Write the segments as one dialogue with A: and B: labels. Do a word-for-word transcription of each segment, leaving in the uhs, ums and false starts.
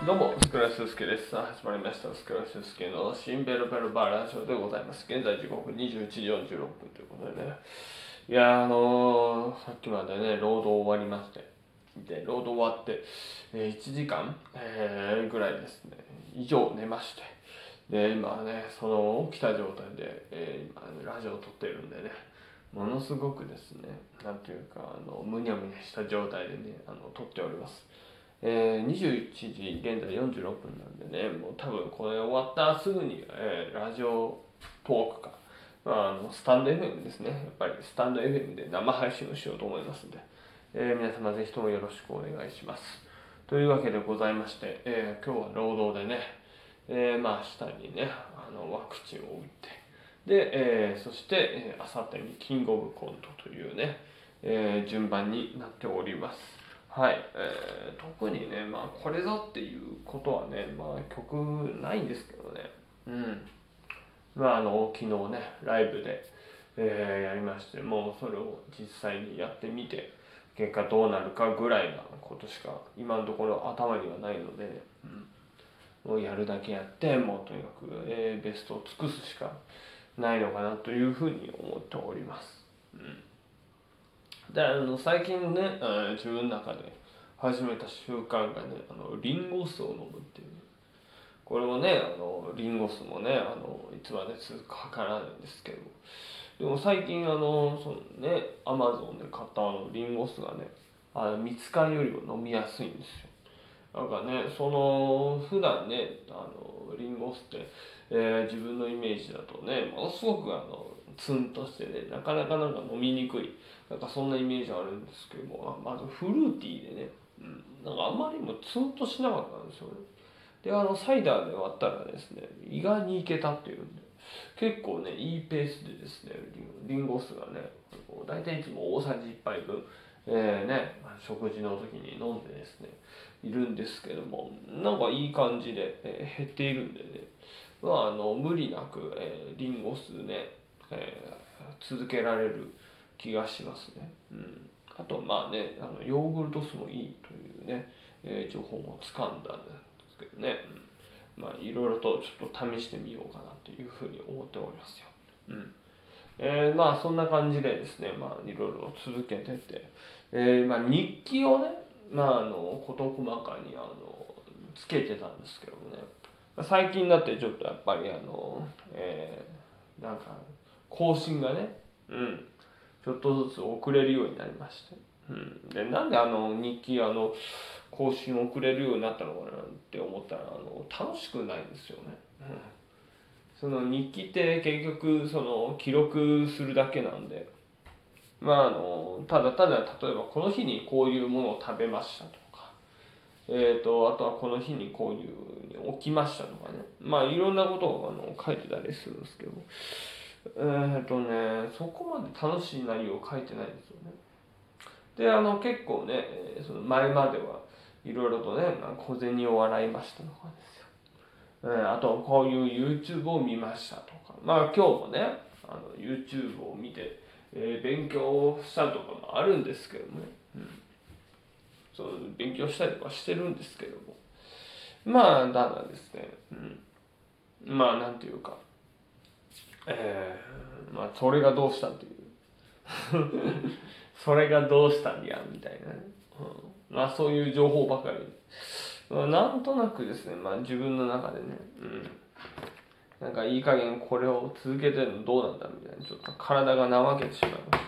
A: どうも、スクラススケです。さあ始まりました。スクラススケの新ベルベルバーラジオでございます。現在時刻にじゅういちじよんじゅうろっぷんということでね。いやー、あのー、さっきまでね、労働終わりまして。で、労働終わって、えー、いちじかん、えー、ぐらいですね、以上寝まして。で、今ね、その起きた状態で、えー、今、ラジオを撮ってるんでね、ものすごくですね、なんていうか、あの、むにゃむにゃした状態でね、あの、撮っております。えー、にじゅういちじ現在よんじゅうろっぷんなんでね、もう多分これ終わったらすぐに、えー、ラジオトークか、まあ、あのスタンド エフエム ですね、やっぱりスタンド エフエム で生配信をしようと思いますので、えー、皆様ぜひともよろしくお願いします。というわけでございまして、えー、今日は労働でね、えー、まあ明日にね、あのワクチンを打って、で、えー、そして、えー、明後日にキングオブコントというね、えー、順番になっております。はい、えー、特にね、まあこれぞっていうことはね、まあ曲ないんですけどね、うん。まああの、昨日ね、ライブで、えー、やりまして、もうそれを実際にやってみて、結果どうなるかぐらいなことしか今のところ頭にはないので、うん、もうやるだけやって、もうとにかく、えー、ベストを尽くすしかないのかなというふうに思っております。うんで、あの最近ね、自分の中で始めた習慣がね、あのリンゴ酢を飲むっていう、ね、これもね、あのリンゴ酢もね、あのいつまで続くかわからないんですけど、でも最近あのそのね、アマゾンで買ったあのリンゴ酢がね、あの蜜柑よりも飲みやすいんですよ。なんかね、その普段ね、あのリンゴ酢って、えー、自分のイメージだとね、ものすごくあのツンとしてね、なかなかなんか飲みにくい、なんかそんなイメージあるんですけども、まずフルーティーでね、うん、なんかあまりにもツンとしなかったんですよね。で、あのサイダーで割ったらですね、意外にいけたっていうんで、結構ね、いいペースでですね、リンゴ酢がね、大体いつも大さじいっぱいぶん、えー、ね、食事の時に飲んでですね、いるんですけども、なんかいい感じで、えー、減っているんでね、まあ、あの無理なく、えー、リンゴ酢ね、えー、続けられる気がしますね。うん、あとまあね、あのヨーグルト酢もいいというね、えー、情報もつかんだんですけどね、うん、まあいろいろとちょっと試してみようかなというふうに思っておりますよ。うんえー、まあそんな感じでですね、まあいろいろ続けてて、えー、まあ日記をね、まああの事細かにあのつけてたんですけどもね、最近になってちょっとやっぱりあの、えー、なんか更新がね、うん、ちょっとずつ遅れるようになりまして、うん、でなんであの日記あの更新遅れるようになったのかなって思ったらあの楽しくないんですよね。うんその日記って結局その記録するだけなんで、まああのただただ例えばこの日にこういうものを食べましたとか、えーとあとはこの日にこういうに起きましたとかね、まあいろんなことをあの書いてたりするんですけど、えーとねそこまで楽しい内容を書いてないんですよね。であの結構ねその前まではいろいろとね小銭を洗いましたとかですよ。えー、あとこういう YouTube を見ましたとか、まあ今日もね、あの YouTube を見て、えー、勉強したとかもあるんですけどもね、うん、そう勉強したりとかしてるんですけども、まあただですね、うん、まあなんていうか、えー、まあそれがどうしたっていうそれがどうしたんやみたいなね、うん、まあそういう情報ばかり、まあ、なんとなくですね、まあ自分の中でね、うんなんかいい加減これを続けてるのどうなんだみたいな、ちょっと体が怠けてしまいました。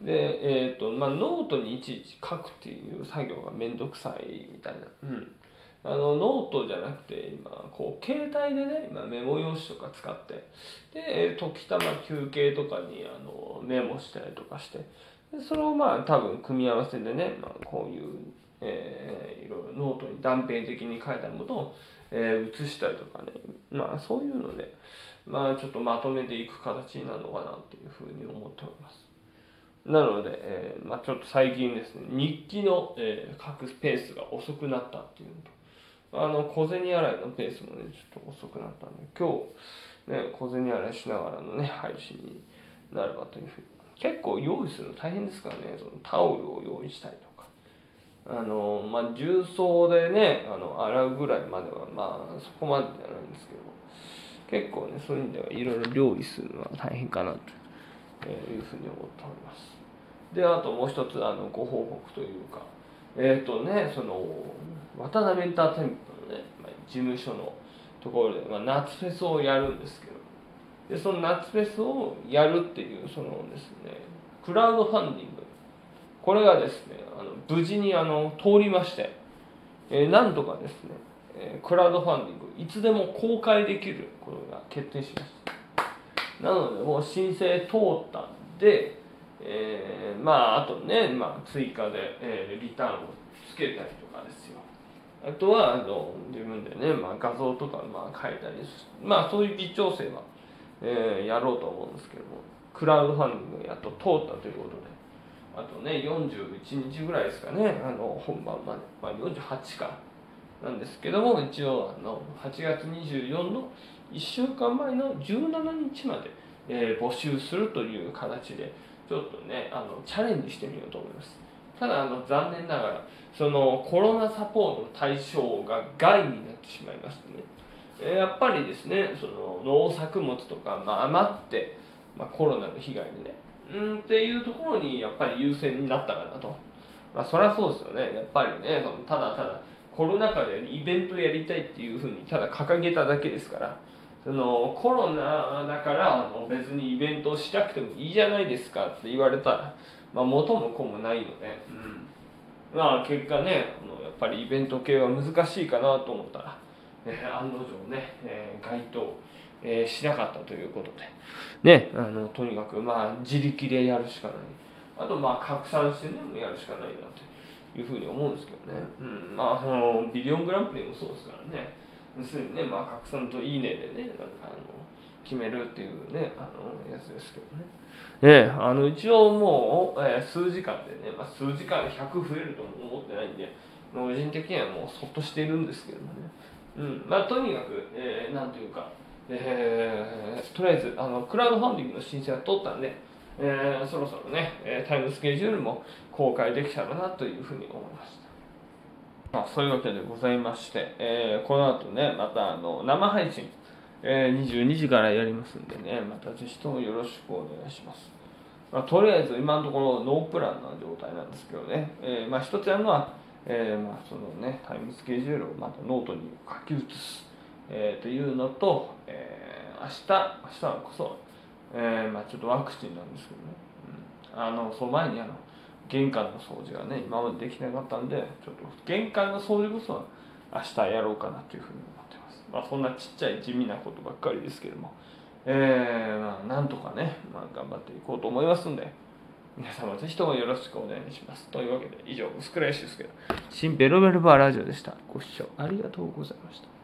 A: で、えっ、ー、と、まあノートにいちいち書くっていう作業がめんどくさいみたいな。うん。あの、ノートじゃなくて、今、こう、携帯でね、今メモ用紙とか使って、で、時たま休憩とかにあのメモしたりとかして、でそれをまあ多分組み合わせでね、まあ、こういう、えー、いろいろノートに断片的に書いたものを、えー、写したりとかね、まあそういうので、まあちょっとまとめていく形になるのかなっていうふうに思っております。なので、えー、まあちょっと最近ですね、日記の、えー、書くペースが遅くなったっていうのと、あの小銭洗いのペースもね、ちょっと遅くなったんで、今日、ね、小銭洗いしながらのね、配信になるかというふうに。結構用意するの大変ですからね、そのタオルを用意したりとか。 あのまあ重曹でねあの洗うぐらいまではまあそこまでじゃないんですけど、結構ねそういう意味ではいろいろ料理するのは大変かなというふうに思っております。であともう一つあのご報告というか、えっ、ー、とねその渡辺エンターテインメントのね、まあ、事務所のところで、まあ、夏フェスをやるんですけど、でその夏フェスをやるっていうそのですねクラウドファンディング、これがですねあの無事にあの通りまして、えー、なんとかですね、えー、クラウドファンディングいつでも公開できることが決定しました。なのでもう申請通ったんで、えー、まああとね、まあ、追加で、えー、リターンをつけたりとかですよ。あとはあの自分でね、まあ、画像とかまあ変えたり、まあそういう微調整は、えー、やろうと思うんですけども、クラウドファンディングがやっと通ったということで、あとねよんじゅういちにちぐらいですかね、あの本番まで、まあ、よんじゅうはちかなんですけども、一応あのはちがつにじゅうよっかのいっしゅうかんまえのじゅうしちにちまで、えー、募集するという形でちょっとねあのチャレンジしてみようと思います。ただあの残念ながらそのコロナサポートの対象が外になってしまいましてね、えー、やっぱりですねその農作物とか、まあ、余って、まあ、コロナの被害でねうんっていうところにやっぱり優先になったかなと。まあそりゃそうですよね。やっぱりねそのただただコロナ禍でイベントやりたいっていうふうにただ掲げただけですから、そのコロナだからあの別にイベントをしなくてもいいじゃないですかって言われたら、まあ、元も子もないので、うん、まあ結果ねあのやっぱりイベント系は難しいかなと思ったら、えー、案の定ね、えー、該当、えー、しなかったということでね、あのとにかくまあ自力でやるしかない、あとまあ拡散してねもやるしかないなというふうに思うんですけどね、うん、まあそのビリオングランプリもそうですからね、要するにね、まあ、拡散といいねでね、なんかあの決めるっていうね、あのやつですけどね。ねあの一応もう、えー、数時間でね、まあ、数時間でひゃく増えるとも思ってないんで、個人的にはもうそっとしているんですけどもね。うん、まあとにかく、えー、なんというか、えー、とりあえずあのクラウドファンディングの申請は通ったんで、えー、そろそろね、タイムスケジュールも公開できたらなというふうに思いました。まあ、そういうわけでございまして、えー、この後ね、またあの生配信、えー、にじゅうにじからやりますんでね、またぜひともよろしくお願いします。まあ、とりあえず今のところノープランな状態なんですけどね、えー、まあ一つやるのは、えー、まあそのね、タイムスケジュールをまたノートに書き写す、えー、というのと、えー、明日、明日はこそ、えー、まあちょっとワクチンなんですけどね、うん、あの、その前にあの、玄関の掃除がね、今までできなかったんで、ちょっと玄関の掃除こそは明日やろうかなというふうに思ってます。まあそんなちっちゃい地味なことばっかりですけども、えー、まあなんとかね、まあ頑張っていこうと思いますんで、皆様ぜひともよろしくお願いします。というわけで以上、薄倉由ですけど、新ベロベルバーラジオでした。ご視聴ありがとうございました。